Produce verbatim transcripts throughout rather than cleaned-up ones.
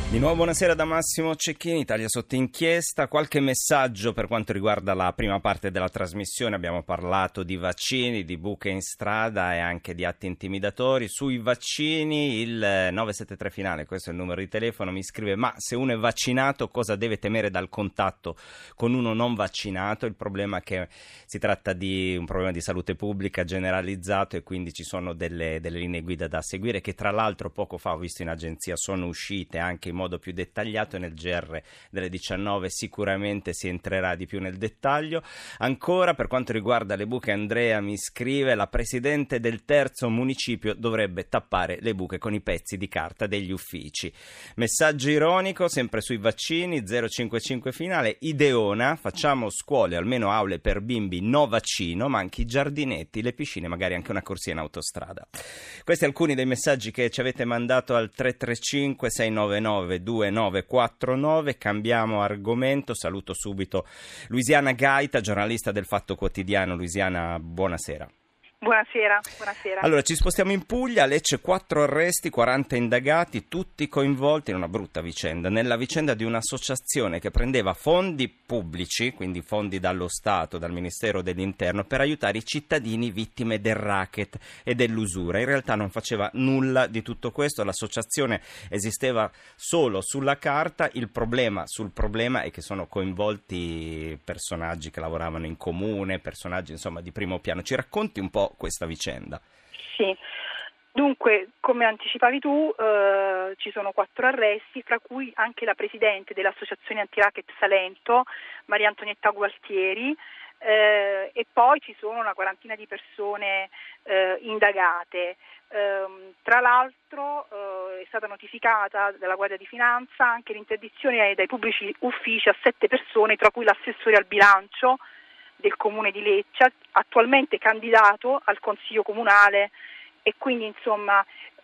Di nuovo buonasera da Massimo Cecchini, Italia sotto inchiesta. Qualche messaggio per quanto riguarda la prima parte della trasmissione. Abbiamo parlato di vaccini, di buche in strada e anche di atti intimidatori. Sui vaccini il nove sette tre finale, questo è il numero di telefono, mi scrive: ma se uno è vaccinato cosa deve temere dal contatto con uno non vaccinato? Il problema è che si tratta di un problema di salute pubblica generalizzato e quindi ci sono delle, delle linee guida da seguire che tra l'altro poco fa ho visto in agenzia sono uscite anche in modo più dettagliato e nel G R delle diciannove sicuramente si entrerà di più nel dettaglio. Ancora per quanto riguarda le buche, Andrea mi scrive: la presidente del terzo municipio dovrebbe tappare le buche con i pezzi di carta degli uffici. Messaggio ironico sempre sui vaccini, zero cinque cinque finale, Ideona, facciamo scuole, almeno aule per bimbi no vaccino, ma anche i giardinetti, le piscine, magari anche una corsia in autostrada. Questi alcuni dei messaggi che ci avete mandato al tre tre cinque sei nove nove due nove quattro nove. Cambiamo argomento, saluto subito Luisiana Gaita, giornalista del Fatto Quotidiano. Luisiana, buonasera. Buonasera, buonasera. Allora, ci spostiamo in Puglia, a Lecce quattro arresti, quaranta indagati, tutti coinvolti in una brutta vicenda, nella vicenda di un'associazione che prendeva fondi pubblici, quindi fondi dallo Stato, dal Ministero dell'Interno, per aiutare i cittadini vittime del racket e dell'usura. In realtà non faceva nulla di tutto questo, l'associazione esisteva solo sulla carta. Il problema sul problema è che sono coinvolti personaggi che lavoravano in comune, personaggi insomma di primo piano. Ci racconti un po' questa vicenda? Sì, dunque come anticipavi tu eh, ci sono quattro arresti, fra cui anche la presidente dell'associazione Antiracket Salento, Maria Antonietta Gualtieri, eh, e poi ci sono una quarantina di persone eh, indagate. Eh, tra l'altro eh, è stata notificata dalla Guardia di Finanza anche l'interdizione dai pubblici uffici a sette persone, tra cui l'assessore al bilancio del comune di Lecce, attualmente candidato al consiglio comunale, e quindi insomma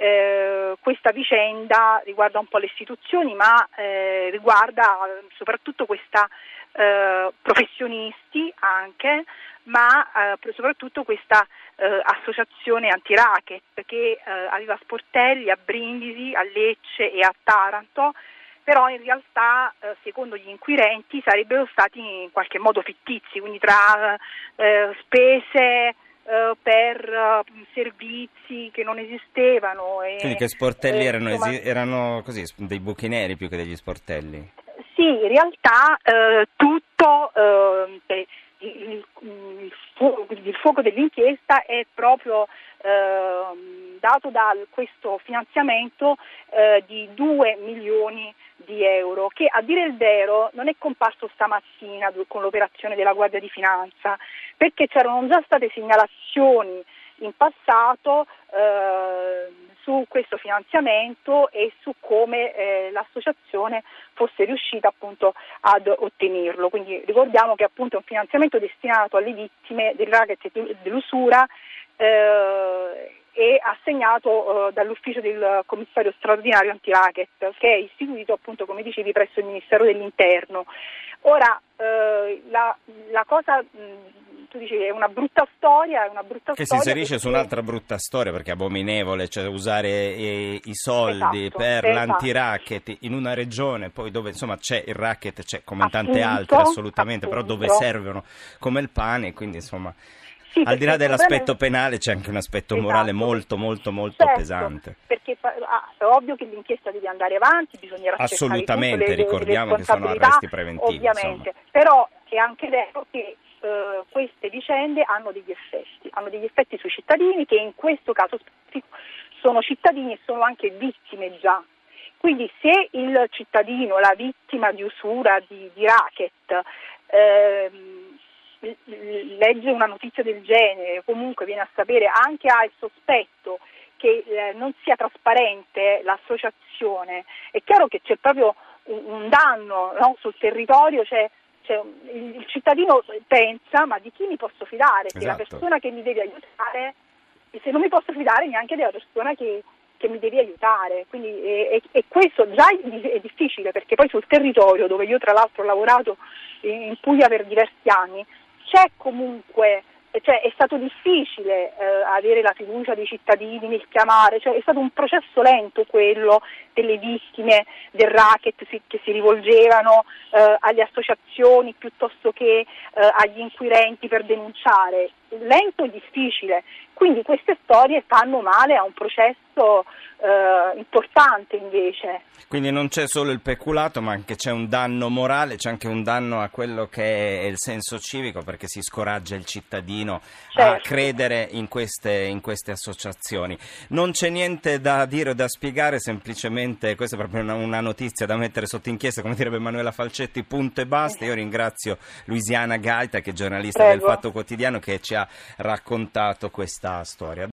eh, questa vicenda riguarda un po' le istituzioni, ma eh, riguarda soprattutto questa eh, professionisti anche, ma eh, soprattutto questa eh, associazione anti-racket che eh, aveva sportelli a Brindisi, a Lecce e a Taranto. Però in realtà, eh, secondo gli inquirenti, sarebbero stati in qualche modo fittizi, quindi tra eh, spese eh, per eh, servizi che non esistevano. E, quindi che sportelli eh, erano, insomma, esi- erano così, dei buchi neri più che degli sportelli? Sì, in realtà eh, tutto, eh, il, il, fuoco, il fuoco dell'inchiesta è proprio eh, dato da questo finanziamento eh, di due milioni di euro, che a dire il vero non è comparso stamattina con l'operazione della Guardia di Finanza, perché c'erano già state segnalazioni in passato eh, su questo finanziamento e su come eh, l'associazione fosse riuscita appunto ad ottenerlo. Quindi ricordiamo che appunto è un finanziamento destinato alle vittime del racket e dell'usura eh, e assegnato eh, dall'ufficio del commissario straordinario anti-racket, che è istituito appunto, come dicevi, presso il Ministero dell'Interno. Ora eh, la, la cosa mh, tu dicevi è una brutta storia, è una brutta che storia si inserisce perché... su un'altra brutta storia, perché è abominevole, cioè usare eh, i soldi esatto, per esatto. l'anti-racket in una regione poi dove insomma c'è il racket, c'è come in tante Appunto, altre assolutamente, appunto. però dove servono come il pane, quindi insomma sì, al di là dell'aspetto è... penale c'è anche un aspetto esatto. morale molto molto molto certo, pesante. Perché ah, è ovvio che l'inchiesta deve andare avanti, bisognerà assolutamente, cercare tutto, le, ricordiamo le che sono arresti preventivi, ovviamente, insomma. Però è anche vero che eh, queste vicende hanno degli effetti, hanno degli effetti sui cittadini, che in questo caso specifico sono cittadini e sono anche vittime già. Quindi se il cittadino, la vittima di usura, di, di racket, ehm, legge una notizia del genere, comunque viene a sapere, anche ha il sospetto che eh, non sia trasparente l'associazione, è chiaro che c'è proprio un, un danno, no? Sul territorio, c'è, c'è il, il cittadino pensa: ma di chi mi posso fidare? Se esatto. la persona che mi deve aiutare, se non mi posso fidare neanche della persona che, che mi devi aiutare, quindi e, e questo già è difficile, perché poi sul territorio, dove io tra l'altro ho lavorato in Puglia per diversi anni, c'è comunque cioè, è stato difficile eh, avere la fiducia dei cittadini nel chiamare, cioè, è stato un processo lento quello delle vittime del racket si, che si rivolgevano eh, alle associazioni piuttosto che eh, agli inquirenti per denunciare, lento e difficile, quindi queste storie fanno male a un processo eh, importante invece. Quindi non c'è solo il peculato, ma anche c'è un danno morale, c'è anche un danno a quello che è il senso civico, perché si scoraggia il cittadino certo. a credere in queste, in queste associazioni. Non c'è niente da dire o da spiegare, semplicemente questa è proprio una, una notizia da mettere sotto inchiesta, come direbbe Emanuela Falcetti, punto e basta. Io ringrazio Luisiana Gaita, che è giornalista Prego. del Fatto Quotidiano, che ci ha raccontato questa storia.